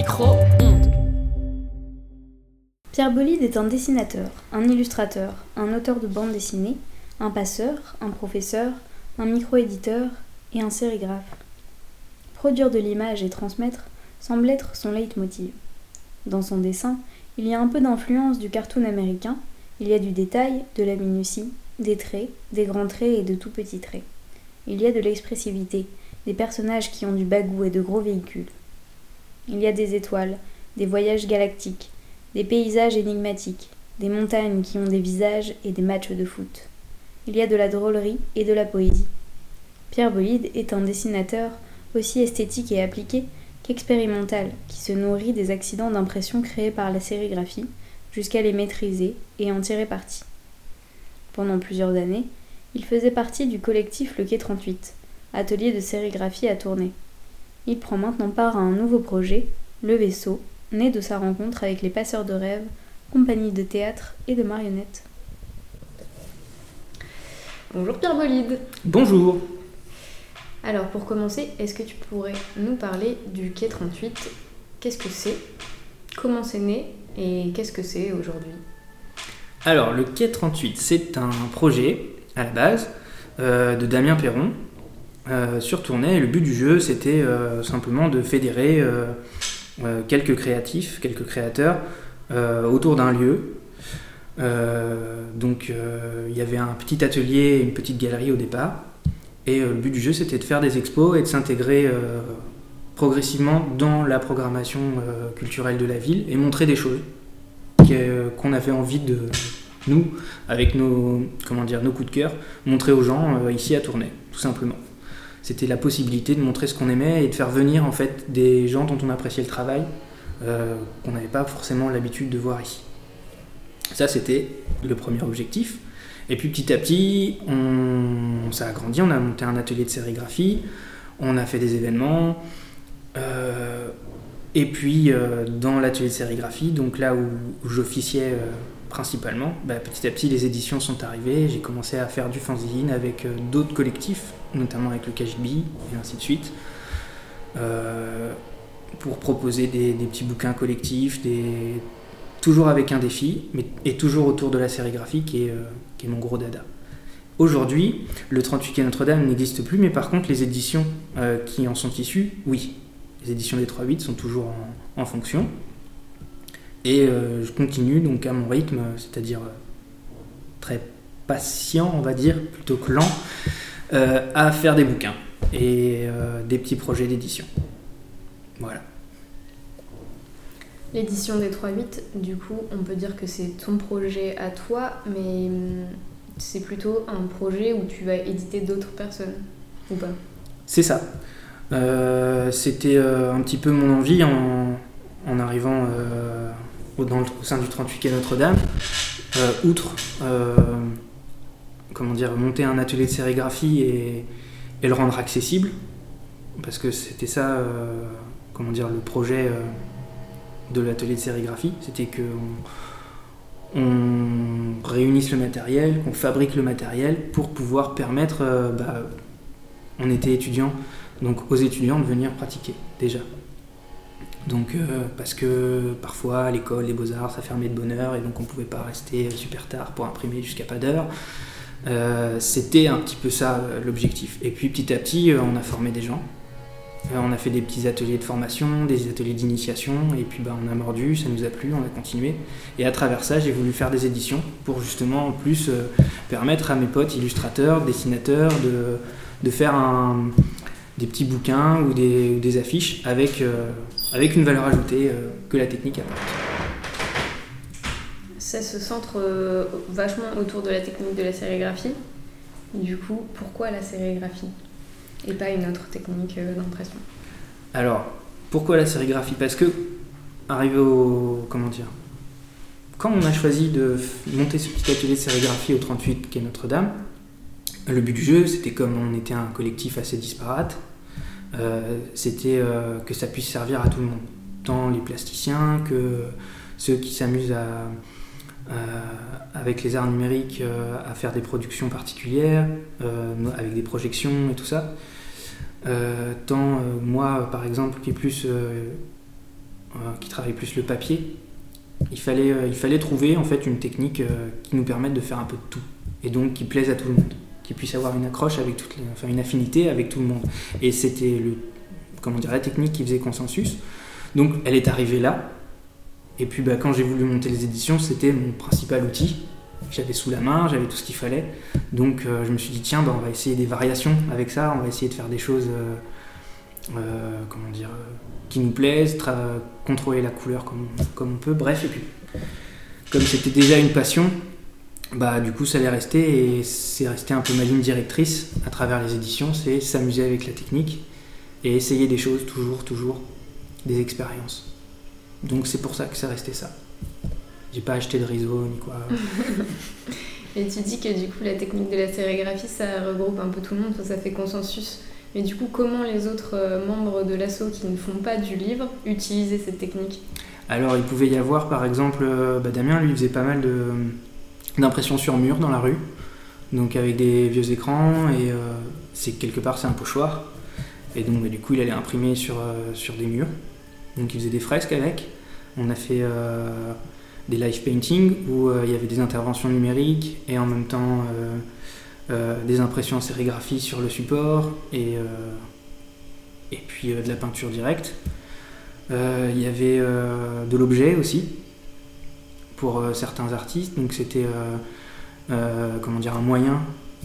Micro-ondes. Pierre Bolide est un dessinateur, un illustrateur, un auteur de bande dessinée, un passeur, un professeur, un micro-éditeur et un sérigraphe. Produire de l'image et transmettre semble être son leitmotiv. Dans son dessin, il y a un peu d'influence du cartoon américain, il y a du détail, de la minutie, des traits, des grands traits et de tout petits traits. Il y a de l'expressivité, des personnages qui ont du bagou et de gros véhicules. Il y a des étoiles, des voyages galactiques, des paysages énigmatiques, des montagnes qui ont des visages et des matchs de foot. Il y a de la drôlerie et de la poésie. Pierre Bolide est un dessinateur aussi esthétique et appliqué qu'expérimental, qui se nourrit des accidents d'impression créés par la sérigraphie jusqu'à les maîtriser et en tirer parti. Pendant plusieurs années, il faisait partie du collectif Le Quai 38, atelier de sérigraphie à Tournai. Il prend maintenant part à un nouveau projet, Le Vaisseau, né de sa rencontre avec les Passeurs de Rêves, compagnie de théâtre et de marionnettes. Bonjour Pierre Bolide. Bonjour. Alors pour commencer, est-ce que tu pourrais nous parler du Quai 38 ? Qu'est-ce que c'est ? Comment c'est né ? Et qu'est-ce que c'est aujourd'hui ? Alors le Quai 38, c'est un projet à la base de Damien Perron sur Tournai. Le but du jeu, c'était simplement de fédérer quelques créatifs, quelques créateurs autour d'un lieu. Donc il y avait un petit atelier, une petite galerie au départ. Et le but du jeu, c'était de faire des expos et de s'intégrer progressivement dans la programmation culturelle de la ville et montrer des choses qu'on avait envie de, nous, avec nos coups de cœur, montrer aux gens ici à Tournai, tout simplement. C'était la possibilité de montrer ce qu'on aimait et de faire venir en fait des gens dont on appréciait le travail, qu'on n'avait pas forcément l'habitude de voir ici. Ça, c'était le premier objectif. Et puis petit à petit, ça a grandi, on a monté un atelier de sérigraphie, on a fait des événements, et puis dans l'atelier de sérigraphie, donc là où j'officiais principalement, petit à petit les éditions sont arrivées, j'ai commencé à faire du fanzine avec d'autres collectifs, notamment avec le KGB et ainsi de suite, pour proposer des petits bouquins collectifs, toujours avec un défi, et toujours autour de la sérigraphie qui est mon gros dada. Aujourd'hui, le 38 Quai Notre-Dame n'existe plus, mais par contre les éditions qui en sont issues, oui. Les éditions des 3-8 sont toujours en fonction. Et je continue donc à mon rythme, c'est-à-dire très patient, on va dire, plutôt que lent, à faire des bouquins et des petits projets d'édition. Voilà. L'édition des 3-8, du coup, on peut dire que c'est ton projet à toi, mais c'est plutôt un projet où tu vas éditer d'autres personnes, ou pas ? C'est ça. C'était un petit peu mon envie en arrivant au sein du 38 Quai Notre-Dame, outre monter un atelier de sérigraphie et le rendre accessible, parce que c'était ça, le projet de l'atelier de sérigraphie, c'était qu'on réunisse le matériel, qu'on fabrique le matériel pour pouvoir permettre, on était étudiants, donc aux étudiants de venir pratiquer déjà. Donc parce que parfois à l'école, les beaux-arts, ça fermait de bonne heure et donc on pouvait pas rester super tard pour imprimer jusqu'à pas d'heure. C'était un petit peu ça l'objectif. Et puis petit à petit, on a formé des gens. On a fait des petits ateliers de formation, des ateliers d'initiation, et puis on a mordu, ça nous a plu, on a continué. Et à travers ça, j'ai voulu faire des éditions pour justement en plus permettre à mes potes illustrateurs, dessinateurs de faire des petits bouquins ou des affiches avec une valeur ajoutée que la technique apporte. Ça se centre vachement autour de la technique de la sérigraphie. Du coup, pourquoi la sérigraphie ? Et pas une autre technique d'impression. Alors, pourquoi la sérigraphie ? Parce que, quand on a choisi de monter ce petit atelier de sérigraphie au 38 Quai Notre-Dame, le but du jeu, c'était comme on était un collectif assez disparate, c'était que ça puisse servir à tout le monde. Tant les plasticiens que ceux qui s'amusent avec les arts numériques à faire des productions particulières, avec des projections et tout ça. Moi, par exemple, qui est plus qui travaillent plus le papier, il fallait trouver en fait une technique qui nous permette de faire un peu de tout, et donc qui plaise à tout le monde, qui puisse avoir une accroche avec une affinité avec tout le monde. Et c'était la technique qui faisait consensus. Donc elle est arrivée là, et puis quand j'ai voulu monter les éditions, c'était mon principal outil. J'avais sous la main, j'avais tout ce qu'il fallait. Donc je me suis dit, tiens, on va essayer des variations avec ça, on va essayer de faire des choses qui nous plaisent, contrôler la couleur comme on peut, bref. Et puis, comme c'était déjà une passion, du coup ça allait rester, et c'est resté un peu ma ligne directrice à travers les éditions, c'est s'amuser avec la technique et essayer des choses, toujours des expériences. Donc c'est pour ça que c'est resté ça. J'ai pas acheté de réseau ni quoi. Et tu dis que du coup la technique de la sérigraphie, ça regroupe un peu tout le monde, ça fait consensus. Mais du coup, comment les autres membres de l'asso qui ne font pas du livre utilisaient cette technique ? Alors il pouvait y avoir par exemple, Damien lui faisait pas mal d'impressions sur mur dans la rue, donc avec des vieux écrans, et c'est un pochoir, et donc du coup il allait imprimer sur des murs, donc il faisait des fresques avec. On a fait des live painting où il y avait des interventions numériques et en même temps des impressions en sérigraphie sur le support, et puis de la peinture directe. Il y avait de l'objet aussi pour certains artistes, donc c'était un moyen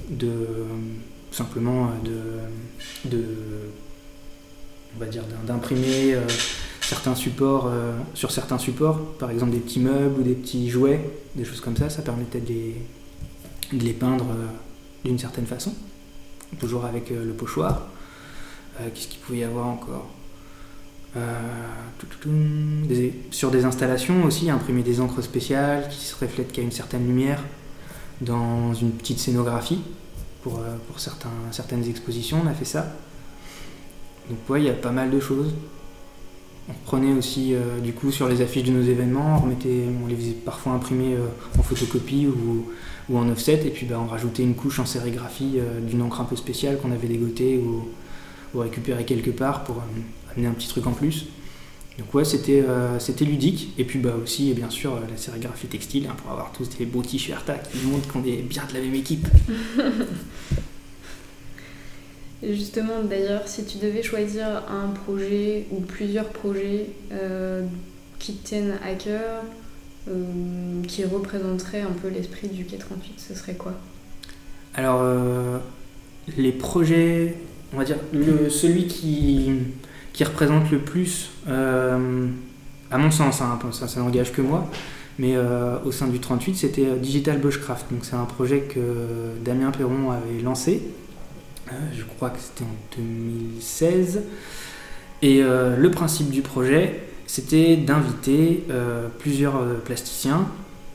d'imprimer certains supports sur certains supports, par exemple des petits meubles ou des petits jouets, des choses comme ça. Ça permettait de les peindre d'une certaine façon, toujours avec le pochoir. Qu'est-ce qu'il pouvait y avoir encore ? Sur des installations aussi, imprimer des encres spéciales qui se reflètent qu'à une certaine lumière dans une petite scénographie pour certaines expositions. On a fait ça. Donc il y a pas mal de choses. On prenait aussi du coup sur les affiches de nos événements, on les faisait parfois imprimer en photocopie ou en offset, et puis on rajoutait une couche en sérigraphie d'une encre un peu spéciale qu'on avait dégotée ou récupérée quelque part pour amener un petit truc en plus. Donc c'était ludique, et puis aussi bien sûr la sérigraphie textile, pour avoir tous des beaux t-shirts qui montrent qu'on est bien de la même équipe. Et justement, d'ailleurs, si tu devais choisir un projet ou plusieurs projets qui te tiennent à cœur, qui représenteraient un peu l'esprit du Quai 38, ce serait quoi ? Alors, les projets, on va dire, celui qui représente le plus, à mon sens, ça n'engage que moi, mais au sein du 38, c'était Digital Bushcraft. Donc c'est un projet que Damien Perron avait lancé. Je crois que c'était en 2016. Et le principe du projet, c'était d'inviter plusieurs plasticiens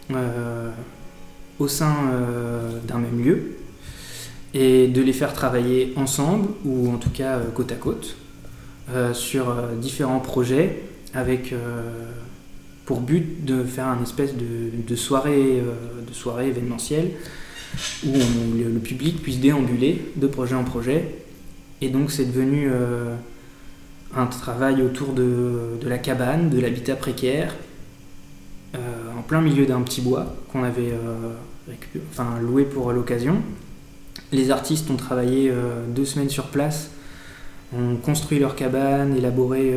au sein d'un même lieu et de les faire travailler ensemble, ou en tout cas côte à côte, sur différents projets avec pour but de faire une espèce de soirée événementielle où le public puisse déambuler de projet en projet. Et donc c'est devenu un travail autour de la cabane, de l'habitat précaire, en plein milieu d'un petit bois qu'on avait loué pour l'occasion. Les artistes ont travaillé 2 semaines sur place, ont construit leur cabane, élaboré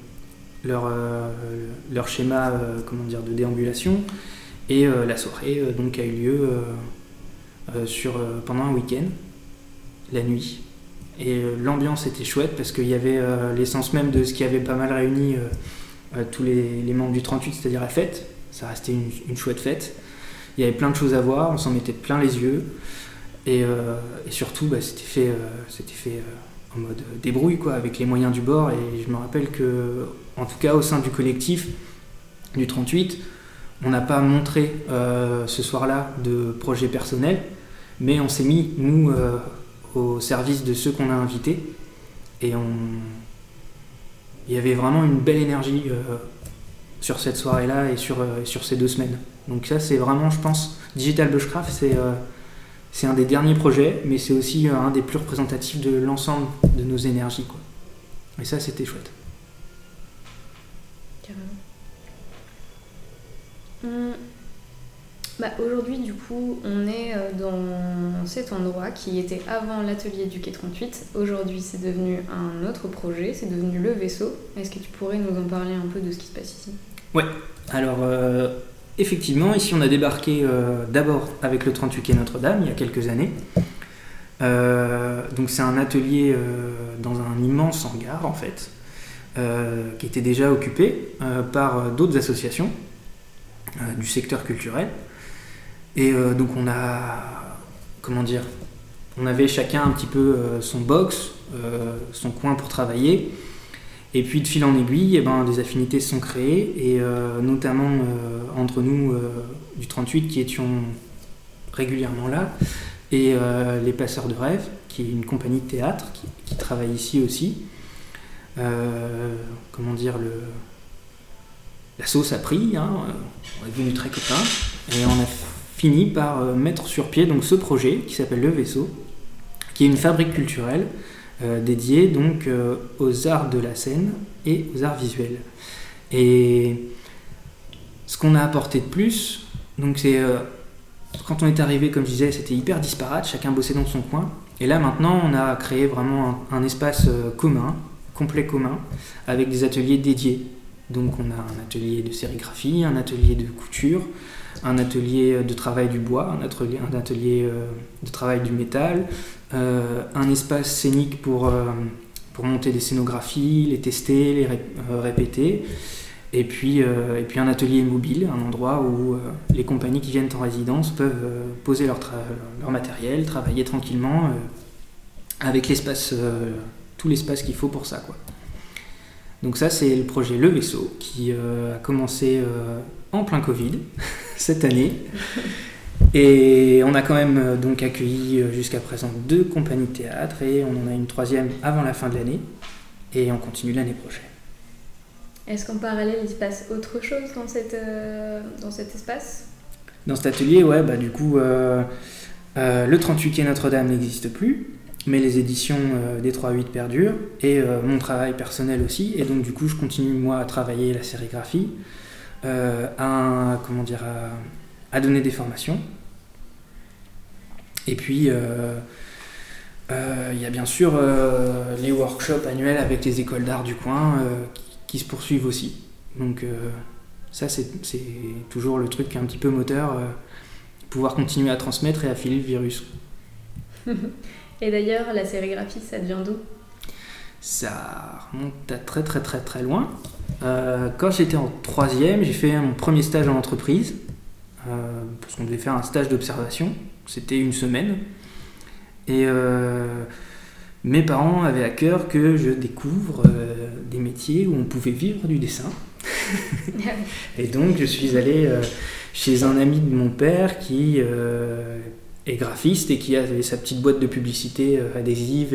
leur schéma de déambulation, et la soirée donc a eu lieu pendant un week-end, la nuit. Et l'ambiance était chouette parce qu'il y avait l'essence même de ce qui avait pas mal réuni tous les membres du 38, c'est-à-dire la fête. Ça restait une chouette fête. Il y avait plein de choses à voir, on s'en mettait plein les yeux. Et surtout, c'était fait en mode débrouille, avec les moyens du bord. Et je me rappelle que, en tout cas au sein du collectif du 38, on n'a pas montré ce soir-là de projet personnel, mais on s'est mis, nous, au service de ceux qu'on a invités. Et il y avait vraiment une belle énergie sur cette soirée-là et sur ces 2 semaines. Donc ça, c'est vraiment, je pense, Digital Bushcraft, c'est un des derniers projets, mais c'est aussi un des plus représentatifs de l'ensemble de nos énergies, Et ça, c'était chouette. carrément. Aujourd'hui, du coup, on est dans cet endroit qui était avant l'atelier du Quai 38. Aujourd'hui, c'est devenu un autre projet, c'est devenu le vaisseau. Est-ce que tu pourrais nous en parler un peu de ce qui se passe ici ? Ouais, alors effectivement, ici on a débarqué d'abord avec le 38 Quai Notre-Dame il y a quelques années. Donc c'est un atelier dans un immense hangar en fait, qui était déjà occupé par d'autres associations du secteur culturel. Et donc on avait chacun un petit peu son box, son coin pour travailler. Et puis de fil en aiguille, des affinités se sont créées, et notamment entre nous du 38 qui étions régulièrement là, et les Passeurs de Rêve, qui est une compagnie de théâtre qui travaille ici aussi. La sauce a pris, on est devenus très copains, et on a fini par mettre sur pied donc ce projet qui s'appelle Le Vaisseau, qui est une fabrique culturelle dédiée donc aux arts de la scène et aux arts visuels. Et ce qu'on a apporté de plus, donc c'est quand on est arrivé, comme je disais, c'était hyper disparate, chacun bossait dans son coin. Et là maintenant, on a créé vraiment un espace complet commun, avec des ateliers dédiés. Donc on a un atelier de sérigraphie, un atelier de couture, un atelier de travail du bois, un atelier de travail du métal, un espace scénique pour monter des scénographies, les tester, les répéter, et puis un atelier mobile, un endroit où les compagnies qui viennent en résidence peuvent poser leur matériel, travailler tranquillement avec tout l'espace qu'il faut pour ça, quoi. Donc ça, c'est le projet Le Vaisseau qui a commencé en plein Covid cette année. Et on a quand même donc accueilli jusqu'à présent 2 compagnies de théâtre, et on en a une 3e avant la fin de l'année, et on continue l'année prochaine. Est-ce qu'en parallèle, il se passe autre chose dans cet espace ? Dans cet atelier, du coup, le 38 Quai Notre-Dame n'existe plus, mais les éditions des 3-8 perdurent, et mon travail personnel aussi, et donc du coup je continue moi à travailler la sérigraphie, à donner des formations, et puis il y a bien sûr les workshops annuels avec les écoles d'art du coin qui se poursuivent aussi, donc ça c'est toujours le truc qui est un petit peu moteur, pouvoir continuer à transmettre et à filer le virus. Et d'ailleurs, la sérigraphie, ça vient d'où ? Ça remonte à très très très très loin. Quand j'étais en 3e, j'ai fait mon premier stage en entreprise, parce qu'on devait faire un stage d'observation, c'était une semaine. Et mes parents avaient à cœur que je découvre des métiers où on pouvait vivre du dessin. Et donc je suis allé chez un ami de mon père qui est graphiste et qui avait sa petite boîte de publicité adhésive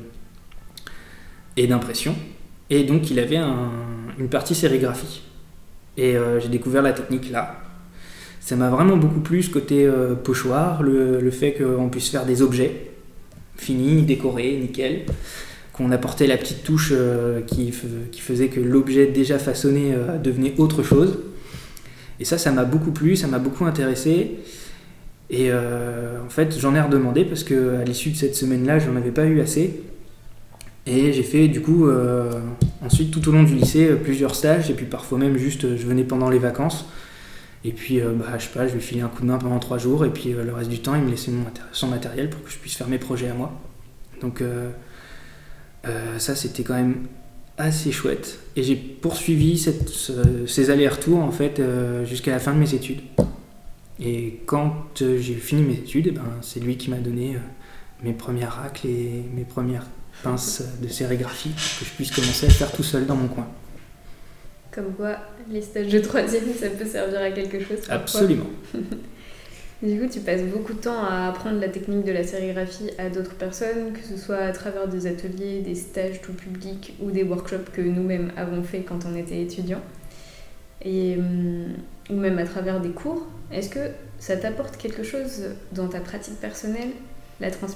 et d'impression. Et donc il avait une partie sérigraphie. Et j'ai découvert la technique là. Ça m'a vraiment beaucoup plu, ce côté pochoir, le fait qu'on puisse faire des objets finis, décorés, nickel, qu'on apportait la petite touche qui faisait que l'objet déjà façonné devenait autre chose. Et ça m'a beaucoup plu, ça m'a beaucoup intéressé. Et en fait, j'en ai redemandé parce qu'à l'issue de cette semaine-là, j'en avais pas eu assez. Et j'ai fait du coup, ensuite tout au long du lycée, plusieurs stages. Et puis parfois même juste, je venais pendant les vacances. Et puis, je sais pas, je lui filais un coup de main pendant 3 jours. Et puis le reste du temps, il me laissait son matériel pour que je puisse faire mes projets à moi. Donc ça, c'était quand même assez chouette. Et j'ai poursuivi ces allers-retours en fait jusqu'à la fin de mes études. Et quand j'ai fini mes études, c'est lui qui m'a donné mes premières racles et mes premières pinces de sérigraphie pour que je puisse commencer à faire tout seul dans mon coin. Comme quoi, les stages de 3e, ça peut servir à quelque chose. Absolument. Du coup, tu passes beaucoup de temps à apprendre la technique de la sérigraphie à d'autres personnes, que ce soit à travers des ateliers, des stages tout publics ou des workshops que nous-mêmes avons fait quand on était étudiants, ou même à travers des cours. Est-ce que ça t'apporte quelque chose dans ta pratique personnelle, la transmission ?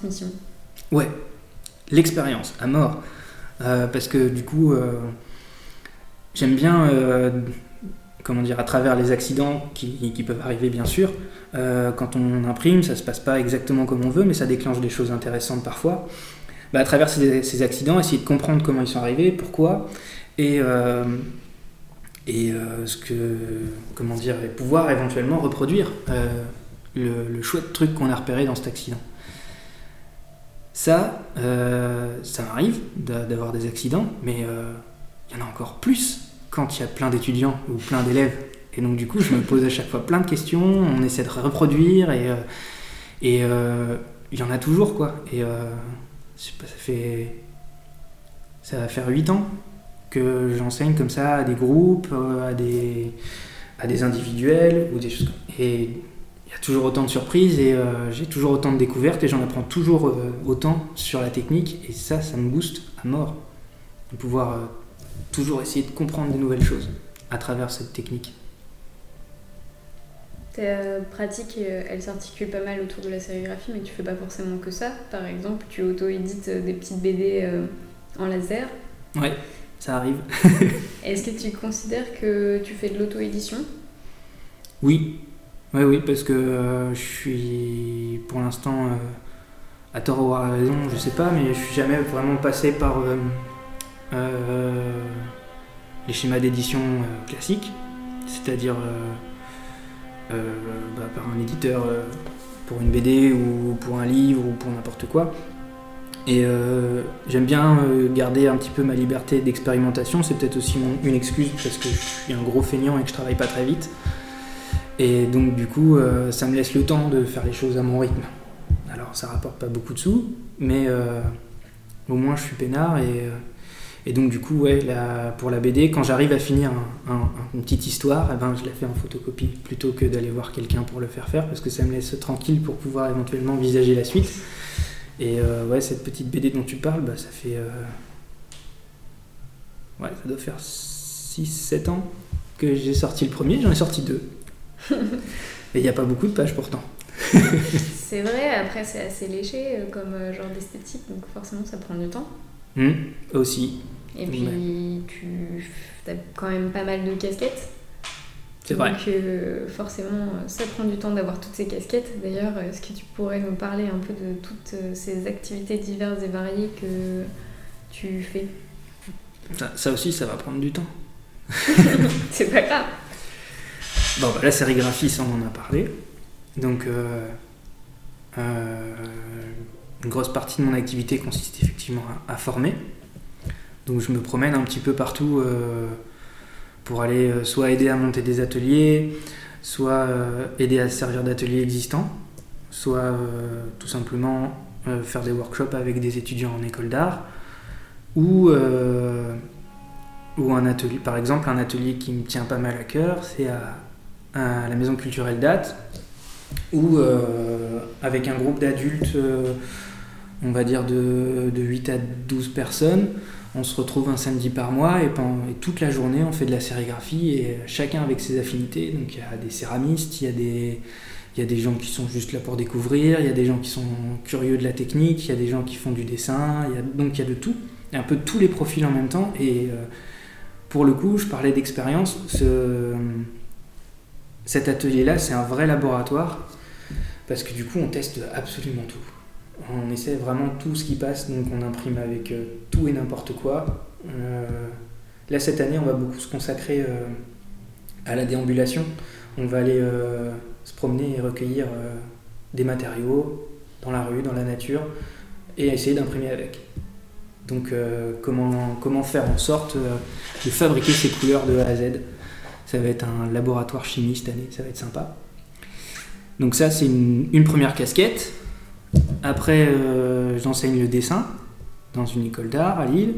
Ouais, l'expérience, à mort. Parce que du coup, j'aime bien, à travers les accidents qui peuvent arriver bien sûr, quand on imprime, ça se passe pas exactement comme on veut, mais ça déclenche des choses intéressantes parfois. À travers ces accidents, essayer de comprendre comment ils sont arrivés, pourquoi, et pouvoir éventuellement reproduire le chouette truc qu'on a repéré dans cet accident. Ça m'arrive d'avoir des accidents, mais il y en a encore plus quand il y a plein d'étudiants ou plein d'élèves. Et donc du coup, je me pose à chaque fois plein de questions, on essaie de reproduire, et il y en a toujours, quoi. Et je sais pas, ça va faire 8 ans que j'enseigne comme ça à des groupes, à des individuels, ou des choses comme ça. Et il y a toujours autant de surprises, et j'ai toujours autant de découvertes, et j'en apprends toujours autant sur la technique, et ça me booste à mort. De pouvoir toujours essayer de comprendre de nouvelles choses à travers cette technique. Ta pratique, elle s'articule pas mal autour de la sérigraphie, mais tu fais pas forcément que ça. Par exemple, tu auto-édites des petites BD en laser. Ouais, ça arrive. Est-ce que tu considères que tu fais de l'auto-édition ? Oui, parce que je suis, pour l'instant, à tort ou à raison, je sais pas, mais je suis jamais vraiment passé par les schémas d'édition classiques, c'est-à-dire par un éditeur pour une BD ou pour un livre ou pour n'importe quoi. Et j'aime bien garder un petit peu ma liberté d'expérimentation. C'est peut-être aussi une excuse parce que je suis un gros feignant et que je travaille pas très vite. Et donc du coup, ça me laisse le temps de faire les choses à mon rythme. Alors ça rapporte pas beaucoup de sous, mais au moins je suis peinard. Et donc du coup, pour la BD, quand j'arrive à finir une petite histoire, je la fais en photocopie plutôt que d'aller voir quelqu'un pour le faire parce que ça me laisse tranquille pour pouvoir éventuellement envisager la suite. Et cette petite BD dont tu parles, ça fait... ça doit faire 6-7 ans que j'ai sorti le premier, j'en ai sorti 2. Et il n'y a pas beaucoup de pages pourtant. C'est vrai, après c'est assez léché comme genre d'esthétique, donc forcément ça prend du temps. Aussi. Et puis tu as quand même pas mal de casquettes. C'est vrai. Donc forcément ça prend du temps d'avoir toutes ces casquettes. D'ailleurs, est-ce que tu pourrais me parler un peu de toutes ces activités diverses et variées que tu fais ? Ça aussi, ça va prendre du temps. C'est pas grave. La sérigraphie, ça on en a parlé. Donc une grosse partie de mon activité consiste effectivement à former. Donc je me promène un petit peu partout pour aller soit aider à monter des ateliers, soit aider à se servir d'ateliers existants, soit tout simplement faire des workshops avec des étudiants en école d'art, ou un atelier, par exemple un atelier qui me tient pas mal à cœur, c'est à la Maison culturelle d'Ath, où avec un groupe d'adultes, on va dire de 8 à 12 personnes, on se retrouve un samedi par mois et toute la journée on fait de la sérigraphie, et chacun avec ses affinités. Donc il y a des céramistes, il y a des gens qui sont juste là pour découvrir, il y a des gens qui sont curieux de la technique, il y a des gens qui font du dessin, donc il y a de tout, et un peu de tous les profils en même temps. Et pour le coup, je parlais d'expérience, cet atelier-là, c'est un vrai laboratoire, parce que du coup on teste absolument tout. On essaie vraiment tout ce qui passe, donc on imprime avec tout et n'importe quoi. Là, cette année, on va beaucoup se consacrer à la déambulation. On va aller se promener et recueillir des matériaux dans la rue, dans la nature, et essayer d'imprimer avec. Donc, comment faire en sorte de fabriquer ces couleurs de A à Z. Ça va être un laboratoire chimie cette année, ça va être sympa. Donc ça, c'est une première casquette. Après, j'enseigne le dessin dans une école d'art à Lille.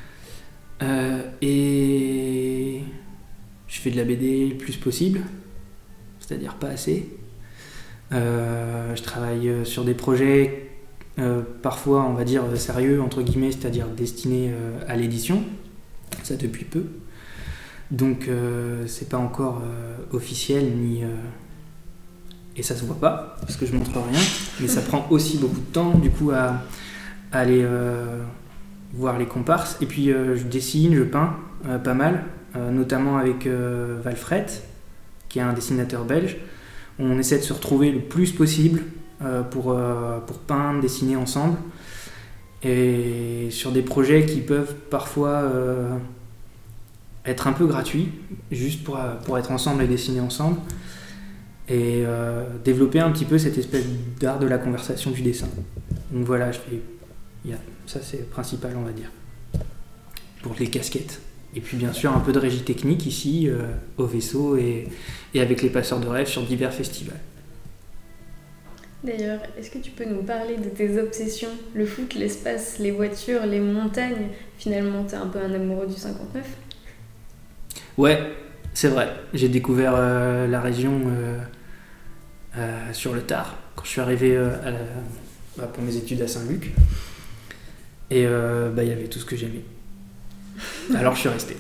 Et je fais de la BD le plus possible, c'est-à-dire pas assez. Je travaille sur des projets parfois, on va dire, sérieux, entre guillemets, c'est-à-dire destinés à l'édition. Ça depuis peu. Donc c'est pas encore officiel ni... Et ça se voit pas, parce que je montre rien, mais ça prend aussi beaucoup de temps, du coup, à aller voir les comparses. Et puis je dessine, je peins pas mal, notamment avec Valfret, qui est un dessinateur belge. On essaie de se retrouver le plus possible pour peindre, dessiner ensemble. Et sur des projets qui peuvent parfois être un peu gratuits, juste pour être ensemble et dessiner ensemble. Et développer un petit peu cette espèce d'art de la conversation du dessin. Donc voilà, ça c'est le principal, on va dire, pour les casquettes. Et puis bien sûr un peu de régie technique ici au vaisseau et avec les passeurs de rêve sur divers festivals. D'ailleurs, est-ce que tu peux nous parler de tes obsessions? Le foot, l'espace, les voitures, les montagnes. Finalement, t'es un peu un amoureux du 59? Ouais, c'est vrai. J'ai découvert la région sur le tard, quand je suis arrivé pour mes études à Saint-Luc. Et il y avait tout ce que j'aimais. Alors je suis resté.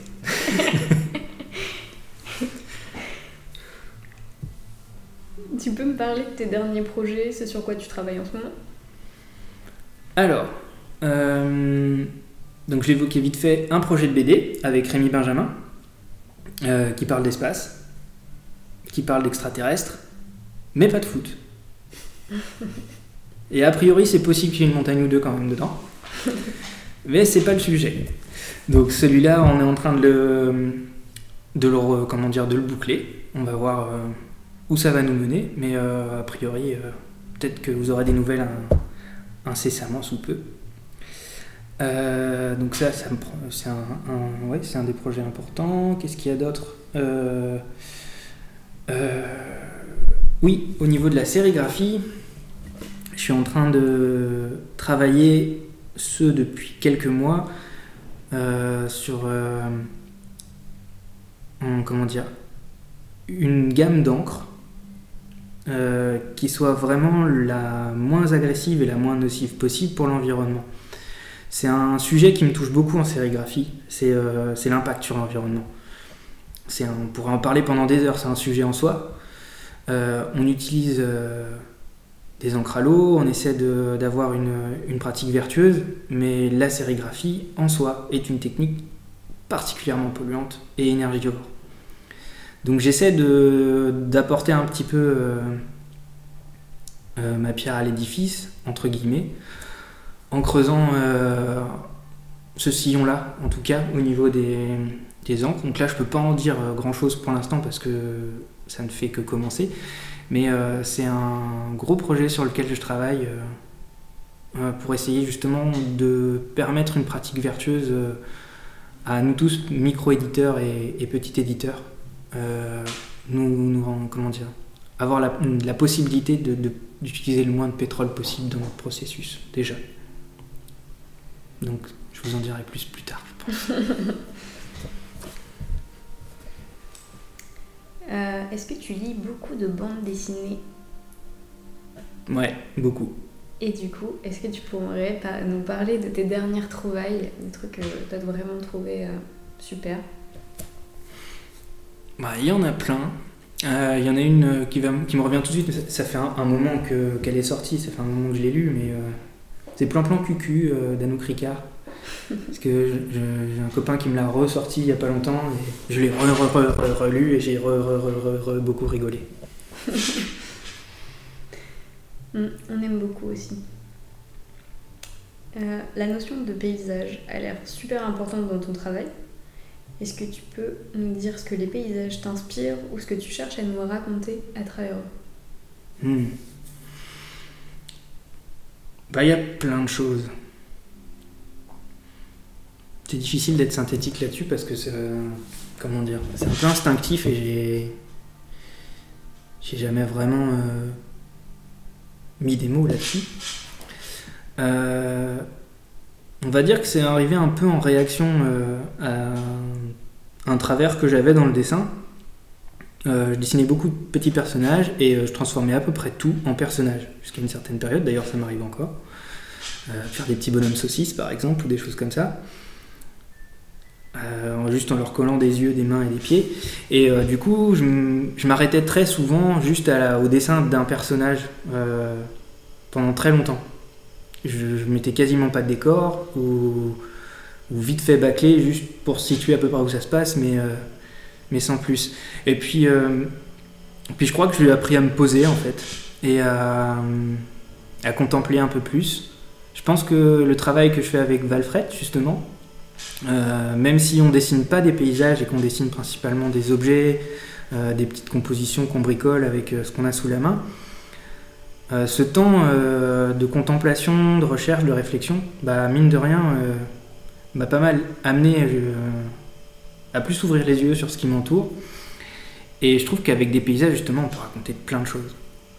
Tu peux me parler de tes derniers projets, ce sur quoi tu travailles en ce moment? Alors, donc j'ai évoqué vite fait un projet de BD avec Rémi Benjamin, qui parle d'espace, qui parle d'extraterrestres, mais pas de foot. Et a priori, c'est possible qu'il y ait une montagne ou deux quand même dedans, mais c'est pas le sujet. Donc celui-là, on est en train de le boucler. On va voir où ça va nous mener, mais a priori, peut-être que vous aurez des nouvelles incessamment sous peu. Donc ça me prend, c'est un des projets importants. Qu'est-ce qu'il y a d'autre? Oui, au niveau de la sérigraphie, je suis en train de travailler depuis quelques mois sur une gamme d'encre qui soit vraiment la moins agressive et la moins nocive possible pour l'environnement. C'est un sujet qui me touche beaucoup en sérigraphie, c'est l'impact sur l'environnement. On pourrait en parler pendant des heures, c'est un sujet en soi. On utilise des encres à l'eau, on essaie d'avoir une pratique vertueuse, mais la sérigraphie en soi est une technique particulièrement polluante et énergivore. Donc j'essaie d'apporter un petit peu ma pierre à l'édifice, entre guillemets, en creusant ce sillon-là, en tout cas, au niveau des encres. Donc là, je peux pas en dire grand-chose pour l'instant parce que ça ne fait que commencer. Mais c'est un gros projet sur lequel je travaille pour essayer justement de permettre une pratique vertueuse à nous tous, micro-éditeurs et petits éditeurs. Avoir la possibilité d'utiliser le moins de pétrole possible dans notre processus, déjà. Donc, je vous en dirai plus tard, je pense. Est-ce que tu lis beaucoup de bandes dessinées? Ouais, beaucoup. Et du coup, est-ce que tu pourrais nous parler de tes dernières trouvailles, des trucs que tu as vraiment trouvé super? Il y en a plein. Il y en a une qui me revient tout de suite. Ça fait un moment qu'elle est sortie, ça fait un moment que je l'ai lue, mais c'est Plan Plan Cucu d'Anouk Ricard. Parce que j'ai un copain qui me l'a ressorti il y a pas longtemps et je l'ai relu et j'ai beaucoup rigolé. On aime beaucoup aussi. La notion de paysage a l'air super importante dans ton travail. Est-ce que tu peux nous dire ce que les paysages t'inspirent ou ce que tu cherches à nous raconter à travers eux? Il y a plein de choses. C'est difficile d'être synthétique là-dessus parce que c'est un peu instinctif et j'ai jamais vraiment mis des mots là-dessus. On va dire que c'est arrivé un peu en réaction à un travers que j'avais dans le dessin. Je dessinais beaucoup de petits personnages et je transformais à peu près tout en personnages jusqu'à une certaine période, d'ailleurs ça m'arrive encore. Faire des petits bonhommes saucisses par exemple ou des choses comme ça. Juste en leur collant des yeux, des mains et des pieds. Et du coup, je m'arrêtais très souvent juste au dessin d'un personnage pendant très longtemps. Je mettais quasiment pas de décor ou ou vite fait bâclé, juste pour situer à peu près où ça se passe, mais sans plus. Et puis je crois que je lui ai appris à me poser en fait, et à contempler un peu plus. Je pense que le travail que je fais avec Valfred, justement, même si on dessine pas des paysages et qu'on dessine principalement des objets, des petites compositions qu'on bricole avec ce qu'on a sous la main, ce temps de contemplation, de recherche, de réflexion, mine de rien, m'a pas mal amené à plus ouvrir les yeux sur ce qui m'entoure. Et je trouve qu'avec des paysages, justement, on peut raconter plein de choses.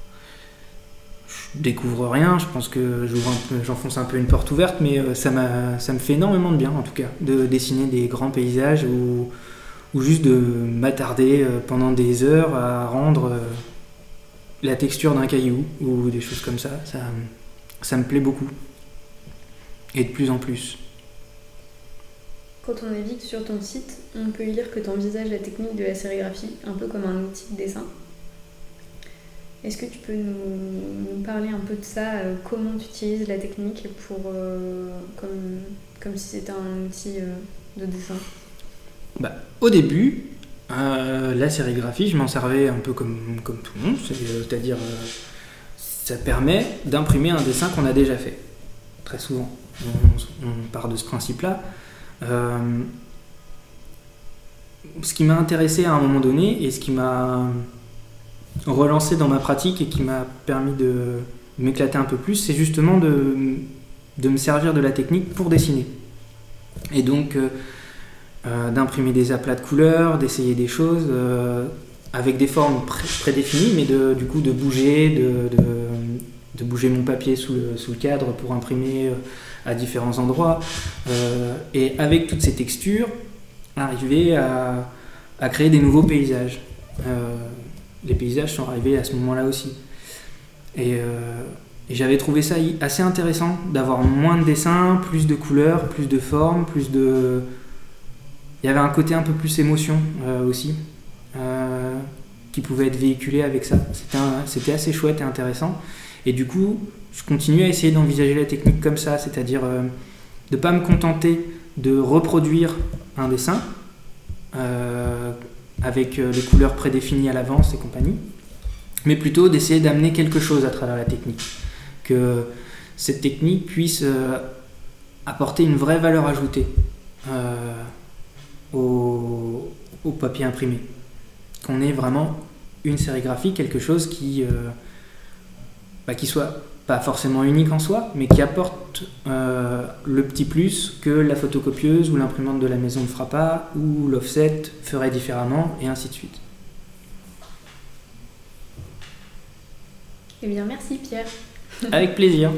Je découvre rien, je pense que j'enfonce un peu une porte ouverte, mais ça me fait énormément de bien, en tout cas, de dessiner des grands paysages ou juste de m'attarder pendant des heures à rendre la texture d'un caillou ou des choses comme ça. Ça me plaît beaucoup. Et de plus en plus. Quand on navigue sur ton site, on peut y lire que tu envisages la technique de la sérigraphie un peu comme un outil de dessin. Est-ce que tu peux nous parler un peu de ça, comment tu utilises la technique pour, comme si c'était un outil de dessin? Au début, la sérigraphie, je m'en servais un peu comme tout le monde, c'est-à-dire ça permet d'imprimer un dessin qu'on a déjà fait. Très souvent, on part de ce principe-là. Ce qui m'a intéressé à un moment donné et ce qui m'a relancé dans ma pratique et qui m'a permis de m'éclater un peu plus, c'est justement de me servir de la technique pour dessiner. Et donc d'imprimer des aplats de couleurs, d'essayer des choses avec des formes prédéfinies, mais du coup de bouger, de bouger mon papier sous le cadre pour imprimer à différents endroits. Et avec toutes ces textures, arriver à créer des nouveaux paysages. Les paysages sont arrivés à ce moment-là aussi. Et j'avais trouvé ça assez intéressant d'avoir moins de dessins, plus de couleurs, plus de formes, il y avait un côté un peu plus émotion aussi qui pouvait être véhiculé avec ça. C'était assez chouette et intéressant. Et du coup, je continue à essayer d'envisager la technique comme ça, c'est-à-dire de ne pas me contenter de reproduire un dessin avec les couleurs prédéfinies à l'avance et compagnie, mais plutôt d'essayer d'amener quelque chose à travers la technique. Que cette technique puisse apporter une vraie valeur ajoutée au papier imprimé. Qu'on ait vraiment une sérigraphie, quelque chose qui soit pas forcément unique en soi, mais qui apporte le petit plus que la photocopieuse ou l'imprimante de la maison ne fera pas, ou l'offset ferait différemment, et ainsi de suite. Eh bien, merci Pierre. Avec plaisir.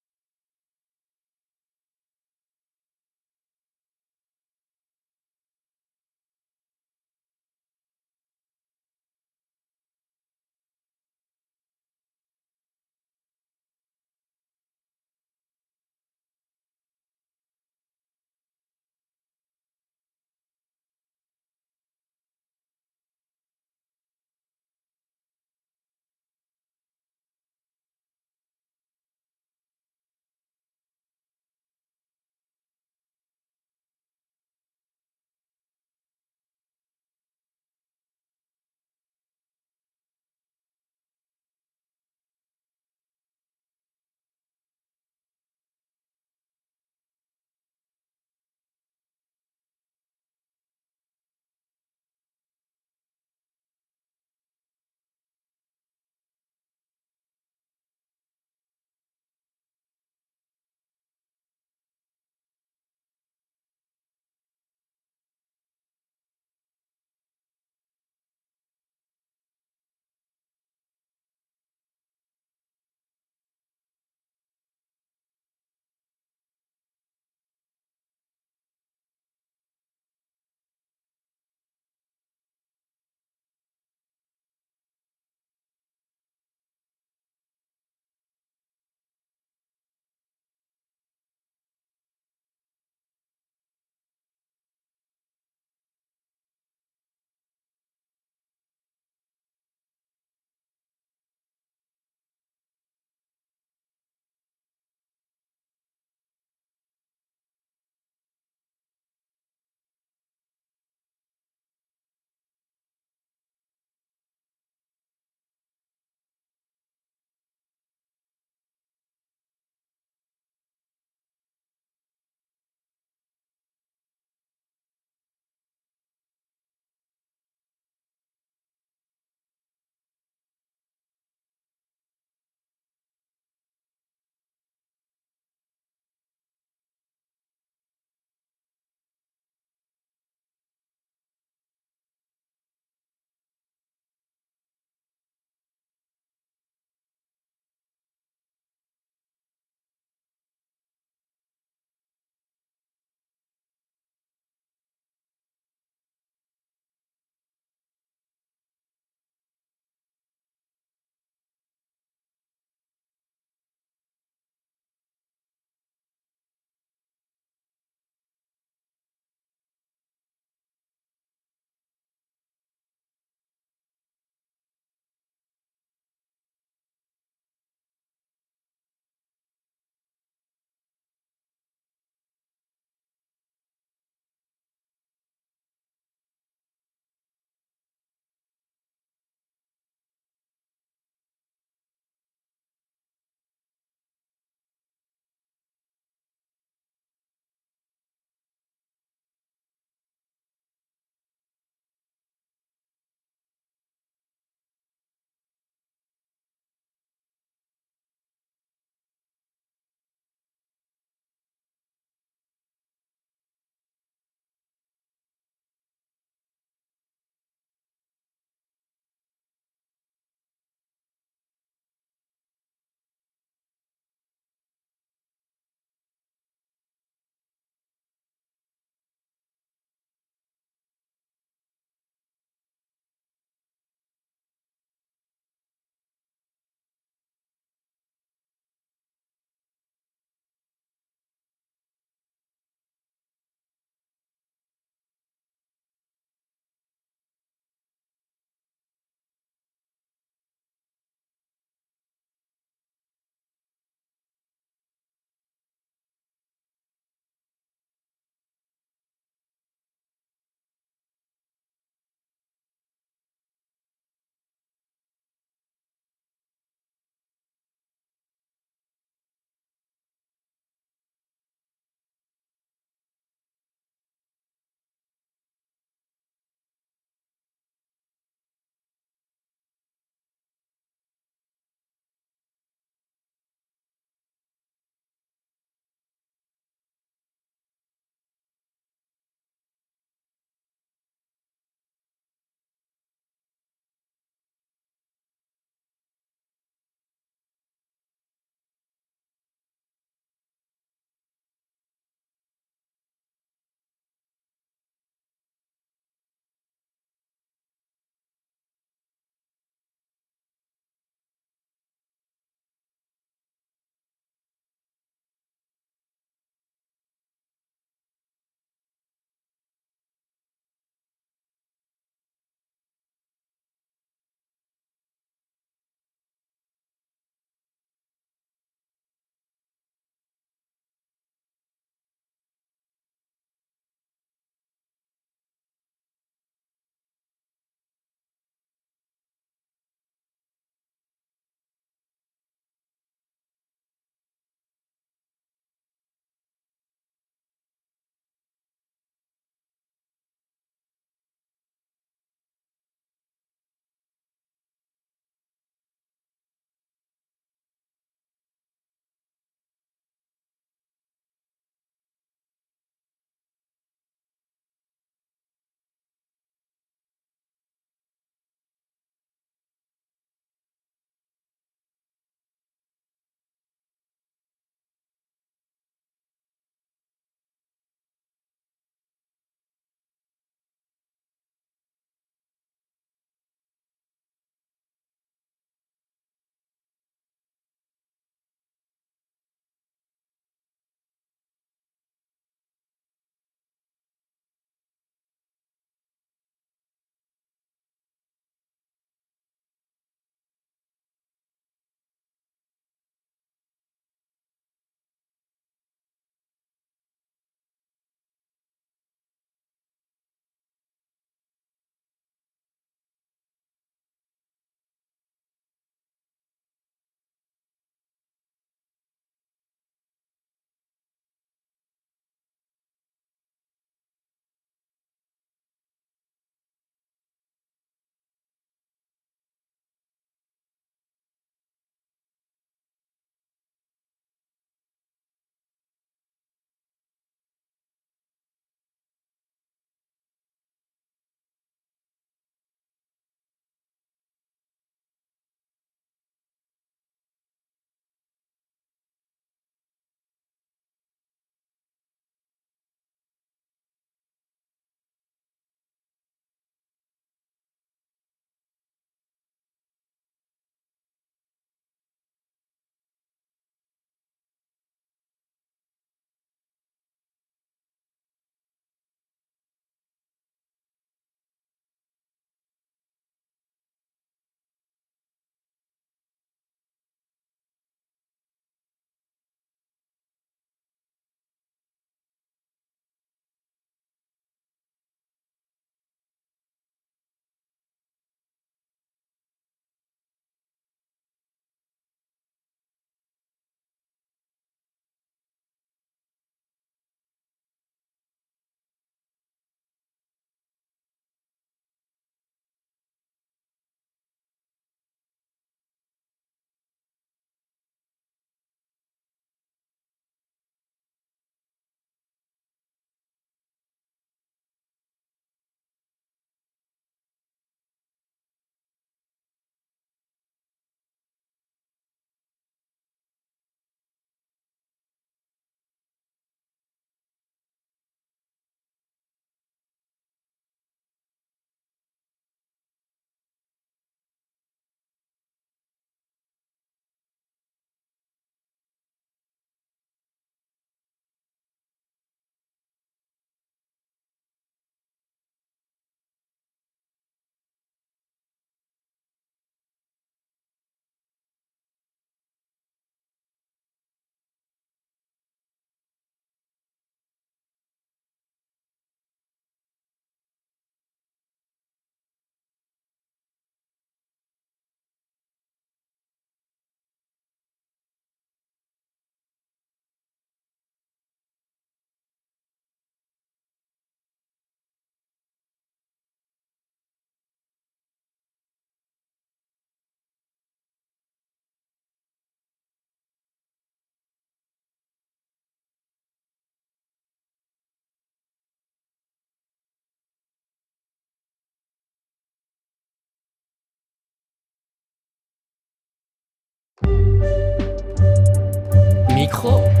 micro.